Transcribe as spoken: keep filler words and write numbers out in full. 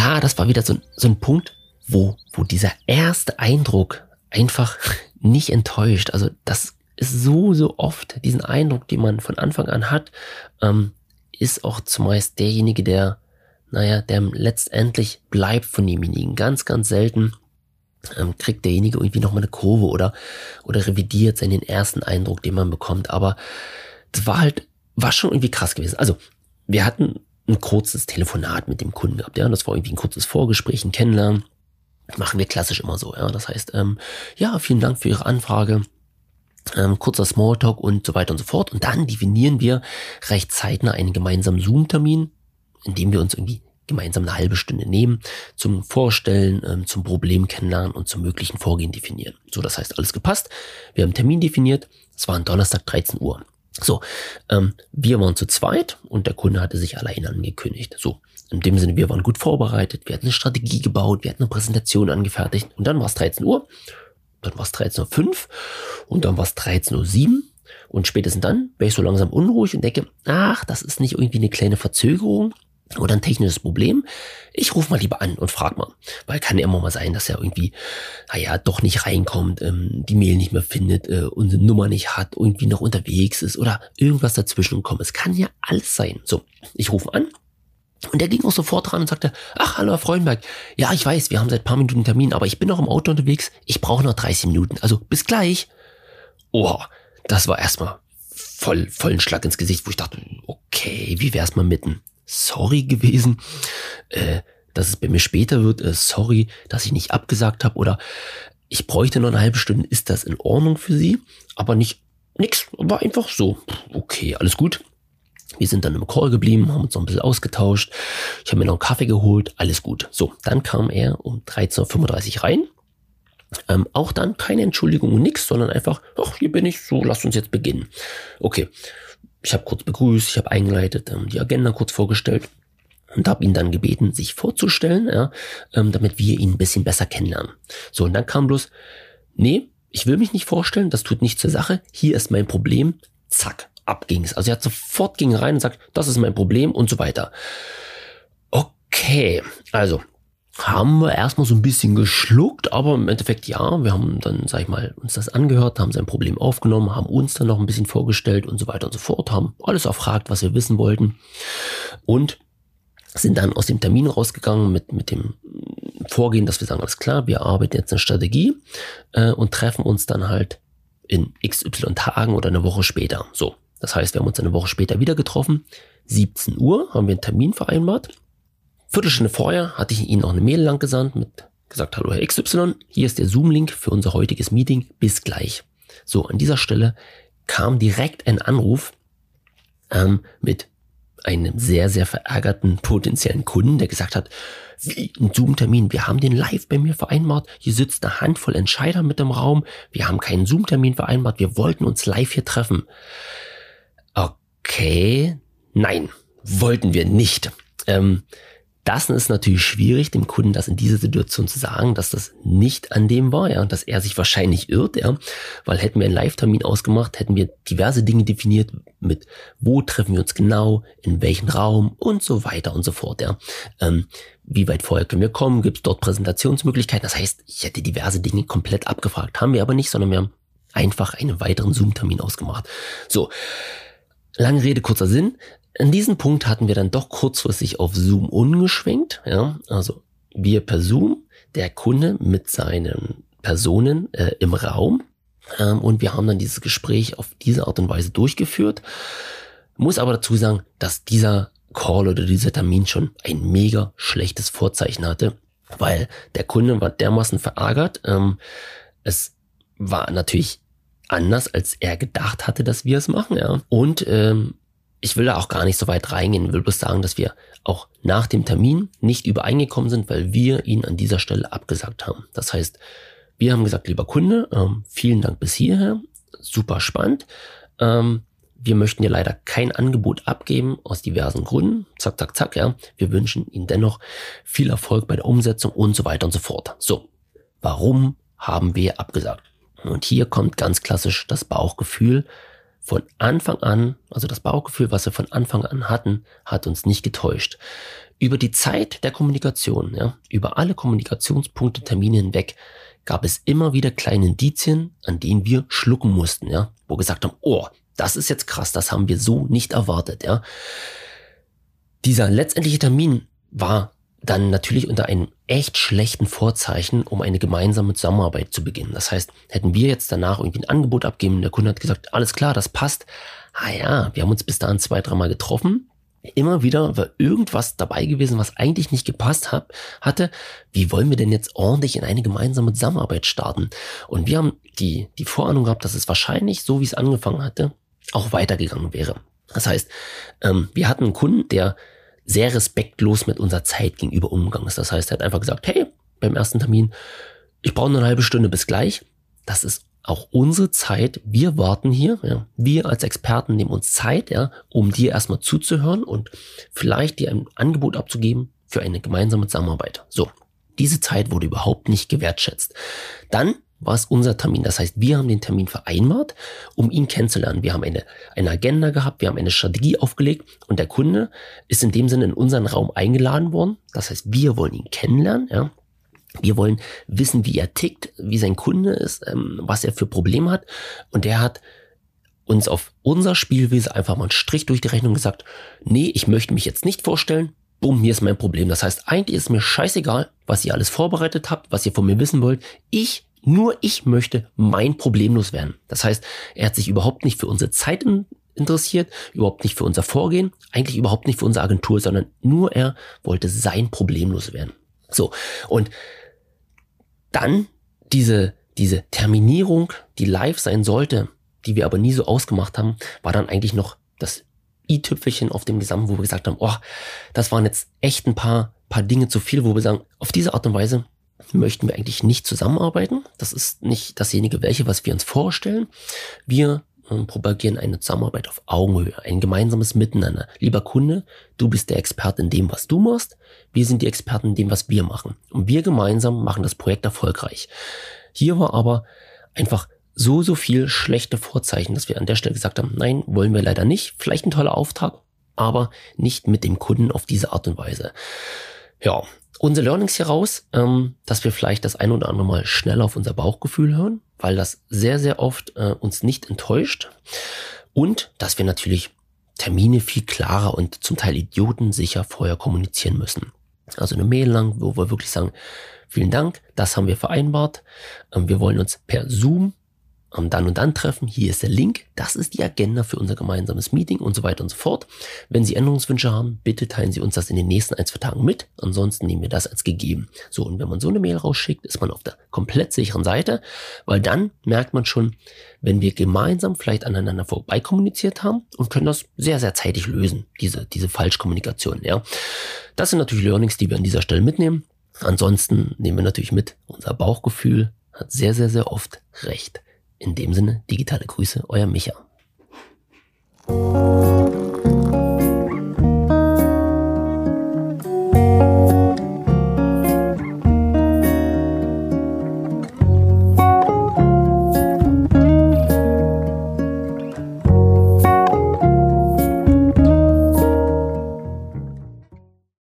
ja, das war wieder so, so ein Punkt, wo, wo dieser erste Eindruck einfach nicht enttäuscht. Also das ist so, so oft diesen Eindruck, den man von Anfang an hat, ähm, ist auch zumeist derjenige, der, naja, der letztendlich bleibt von demjenigen. Ganz, ganz selten ähm, kriegt derjenige irgendwie nochmal eine Kurve oder, oder revidiert seinen ersten Eindruck, den man bekommt. Aber das war halt, war schon irgendwie krass gewesen. Also, wir hatten ein kurzes Telefonat mit dem Kunden gehabt, ja. Das war irgendwie ein kurzes Vorgespräch, ein Kennenlernen. Machen wir klassisch immer so, ja. Das heißt, ähm, ja, vielen Dank für Ihre Anfrage. Ähm, kurzer Smalltalk und so weiter und so fort. Und dann definieren wir recht zeitnah einen gemeinsamen Zoom-Termin, in dem wir uns irgendwie gemeinsam eine halbe Stunde nehmen, zum Vorstellen, ähm, zum Problem kennenlernen und zum möglichen Vorgehen definieren. So, das heißt, alles gepasst. Wir haben einen Termin definiert. Es war ein Donnerstag, dreizehn Uhr. So, ähm, wir waren zu zweit und der Kunde hatte sich alleine angekündigt. So, in dem Sinne, wir waren gut vorbereitet, wir hatten eine Strategie gebaut, wir hatten eine Präsentation angefertigt und dann war es dreizehn Uhr. Dann war es dreizehn Uhr fünf und dann war es dreizehn Uhr sieben und spätestens dann wäre ich so langsam unruhig und denke, ach, das ist nicht irgendwie eine kleine Verzögerung oder ein technisches Problem. Ich rufe mal lieber an und frage mal, weil kann ja immer mal sein, dass er irgendwie, naja, doch nicht reinkommt, ähm, die Mail nicht mehr findet, äh, unsere Nummer nicht hat, irgendwie noch unterwegs ist oder irgendwas dazwischen kommt. Es kann ja alles sein. So, ich rufe an. Und der ging auch sofort ran und sagte, ach, hallo Herr Freudenberg, ja, ich weiß, wir haben seit ein paar Minuten einen Termin, aber ich bin noch im Auto unterwegs, ich brauche noch dreißig Minuten, also bis gleich. Oh, das war erstmal voll, voll ein Schlag ins Gesicht, wo ich dachte, okay, wie wär's mal mitten? Sorry gewesen, äh, dass es bei mir später wird, äh, sorry, dass ich nicht abgesagt habe oder ich bräuchte noch eine halbe Stunde, ist das in Ordnung für Sie? Aber nicht, nix, war einfach so, okay, alles gut. Wir sind dann im Call geblieben, haben uns noch ein bisschen ausgetauscht. Ich habe mir noch einen Kaffee geholt, alles gut. So, dann kam er um dreizehn Uhr fünfunddreißig rein. Ähm, auch dann keine Entschuldigung und nix, sondern einfach, ach, hier bin ich, so, lasst uns jetzt beginnen. Okay, ich habe kurz begrüßt, ich habe eingeleitet, ähm, die Agenda kurz vorgestellt und habe ihn dann gebeten, sich vorzustellen, ja, ähm, damit wir ihn ein bisschen besser kennenlernen. So, und dann kam bloß, nee, ich will mich nicht vorstellen, das tut nichts zur Sache, hier ist mein Problem, zack. Ab ging's. Also er hat sofort ging rein und sagt, das ist mein Problem und so weiter. Okay, also haben wir erstmal so ein bisschen geschluckt, aber im Endeffekt ja, wir haben dann, sag ich mal, uns das angehört, haben sein Problem aufgenommen, haben uns dann noch ein bisschen vorgestellt und so weiter und so fort, haben alles erfragt, was wir wissen wollten und sind dann aus dem Termin rausgegangen mit, mit dem Vorgehen, dass wir sagen, alles klar, wir arbeiten jetzt eine Strategie äh, und treffen uns dann halt in X Y Tagen oder eine Woche später. So. Das heißt, wir haben uns eine Woche später wieder getroffen. siebzehn Uhr haben wir einen Termin vereinbart. Viertelstunde vorher hatte ich Ihnen noch eine Mail lang gesandt mit gesagt, hallo Herr X Y, hier ist der Zoom-Link für unser heutiges Meeting. Bis gleich. So, an dieser Stelle kam direkt ein Anruf ähm, mit einem sehr, sehr verärgerten potenziellen Kunden, der gesagt hat, wie ein Zoom-Termin, wir haben den live bei mir vereinbart, hier sitzt eine Handvoll Entscheider mit im Raum, wir haben keinen Zoom-Termin vereinbart, wir wollten uns live hier treffen. Okay, nein, wollten wir nicht. Ähm, das ist natürlich schwierig, dem Kunden das in dieser Situation zu sagen, dass das nicht an dem war, ja, dass er sich wahrscheinlich irrt, ja, weil hätten wir einen Live-Termin ausgemacht, hätten wir diverse Dinge definiert mit, wo treffen wir uns genau, in welchem Raum und so weiter und so fort, ja. Ähm, wie weit vorher können wir kommen, gibt es dort Präsentationsmöglichkeiten, das heißt, ich hätte diverse Dinge komplett abgefragt, haben wir aber nicht, sondern wir haben einfach einen weiteren Zoom-Termin ausgemacht. So, lange Rede, kurzer Sinn. An diesem Punkt hatten wir dann doch kurzfristig auf Zoom umgeschwenkt. Ja, also wir per Zoom, der Kunde mit seinen Personen äh, im Raum. Ähm, und wir haben dann dieses Gespräch auf diese Art und Weise durchgeführt. Muss aber dazu sagen, dass dieser Call oder dieser Termin schon ein mega schlechtes Vorzeichen hatte, weil der Kunde war dermaßen verärgert. Ähm, es war natürlich anders, als er gedacht hatte, dass wir es machen, ja. Und ähm, ich will da auch gar nicht so weit reingehen. Ich will bloß sagen, dass wir auch nach dem Termin nicht übereingekommen sind, weil wir ihn an dieser Stelle abgesagt haben. Das heißt, wir haben gesagt, lieber Kunde, ähm, vielen Dank bis hierher, super spannend. Ähm, wir möchten dir leider kein Angebot abgeben, aus diversen Gründen. Zack, zack, zack, ja. Wir wünschen Ihnen dennoch viel Erfolg bei der Umsetzung und so weiter und so fort. So, warum haben wir abgesagt? Und hier kommt ganz klassisch das Bauchgefühl. Von Anfang an, also das Bauchgefühl, was wir von Anfang an hatten, hat uns nicht getäuscht. Über die Zeit der Kommunikation, ja, über alle Kommunikationspunkte, Termine hinweg, gab es immer wieder kleine Indizien, an denen wir schlucken mussten, ja, wo wir gesagt haben, oh, das ist jetzt krass, das haben wir so nicht erwartet, ja. Dieser letztendliche Termin war dann natürlich unter einem echt schlechten Vorzeichen, um eine gemeinsame Zusammenarbeit zu beginnen. Das heißt, hätten wir jetzt danach irgendwie ein Angebot abgegeben und der Kunde hat gesagt, alles klar, das passt. Ah ja, wir haben uns bis dahin zwei, dreimal getroffen. Immer wieder war irgendwas dabei gewesen, was eigentlich nicht gepasst hat, hatte. Wie wollen wir denn jetzt ordentlich in eine gemeinsame Zusammenarbeit starten? Und wir haben die, die Vorahnung gehabt, dass es wahrscheinlich, so wie es angefangen hatte, auch weitergegangen wäre. Das heißt, ähm, wir hatten einen Kunden, der sehr respektlos mit unserer Zeit gegenüber umgegangen ist. Das heißt, er hat einfach gesagt, hey, beim ersten Termin, ich brauche nur eine halbe Stunde, bis gleich. Das ist auch unsere Zeit. Wir warten hier. Ja. Wir als Experten nehmen uns Zeit, ja, um dir erstmal zuzuhören und vielleicht dir ein Angebot abzugeben für eine gemeinsame Zusammenarbeit. So, diese Zeit wurde überhaupt nicht gewertschätzt. Dann war es unser Termin. Das heißt, wir haben den Termin vereinbart, um ihn kennenzulernen. Wir haben eine, eine Agenda gehabt, wir haben eine Strategie aufgelegt und der Kunde ist in dem Sinne in unseren Raum eingeladen worden. Das heißt, wir wollen ihn kennenlernen, ja. Wir wollen wissen, wie er tickt, wie sein Kunde ist, ähm, was er für Probleme hat. Und der hat uns auf unser Spielweise einfach mal einen Strich durch die Rechnung gesagt, nee, ich möchte mich jetzt nicht vorstellen. Bumm, hier ist mein Problem. Das heißt, eigentlich ist mir scheißegal, was ihr alles vorbereitet habt, was ihr von mir wissen wollt. Ich Nur ich möchte mein Problem loswerden. Das heißt, er hat sich überhaupt nicht für unsere Zeit interessiert, überhaupt nicht für unser Vorgehen, eigentlich überhaupt nicht für unsere Agentur, sondern nur er wollte sein Problem loswerden. So, und dann diese, diese Terminierung, die live sein sollte, die wir aber nie so ausgemacht haben, war dann eigentlich noch das i-Tüpfelchen auf dem Gesamten, wo wir gesagt haben, oh, das waren jetzt echt ein paar, paar Dinge zu viel, wo wir sagen, auf diese Art und Weise möchten wir eigentlich nicht zusammenarbeiten. Das ist nicht dasjenige, welche, was wir uns vorstellen. Wir ähm, propagieren eine Zusammenarbeit auf Augenhöhe, ein gemeinsames Miteinander. Lieber Kunde, du bist der Experte in dem, was du machst. Wir sind die Experten in dem, was wir machen. Und wir gemeinsam machen das Projekt erfolgreich. Hier war aber einfach so, so viel schlechte Vorzeichen, dass wir an der Stelle gesagt haben, nein, wollen wir leider nicht. Vielleicht ein toller Auftrag, aber nicht mit dem Kunden auf diese Art und Weise. Ja, unsere Learnings hier raus, ähm, dass wir vielleicht das ein oder andere Mal schneller auf unser Bauchgefühl hören, weil das sehr, sehr oft äh, uns nicht enttäuscht. Und dass wir natürlich Termine viel klarer und zum Teil idiotensicher vorher kommunizieren müssen. Also eine Mail lang, wo wir wirklich sagen, vielen Dank, das haben wir vereinbart. Ähm, wir wollen uns per Zoom am dann und dann treffen. Hier ist der Link. Das ist die Agenda für unser gemeinsames Meeting und so weiter und so fort. Wenn Sie Änderungswünsche haben, bitte teilen Sie uns das in den nächsten ein, zwei Tagen mit. Ansonsten nehmen wir das als gegeben. So, und wenn man so eine Mail rausschickt, ist man auf der komplett sicheren Seite, weil dann merkt man schon, wenn wir gemeinsam vielleicht aneinander vorbei kommuniziert haben und können das sehr, sehr zeitig lösen, diese, diese Falschkommunikation, ja. Das sind natürlich Learnings, die wir an dieser Stelle mitnehmen. Ansonsten nehmen wir natürlich mit, unser Bauchgefühl hat sehr, sehr, sehr oft recht. In dem Sinne, digitale Grüße, euer Micha.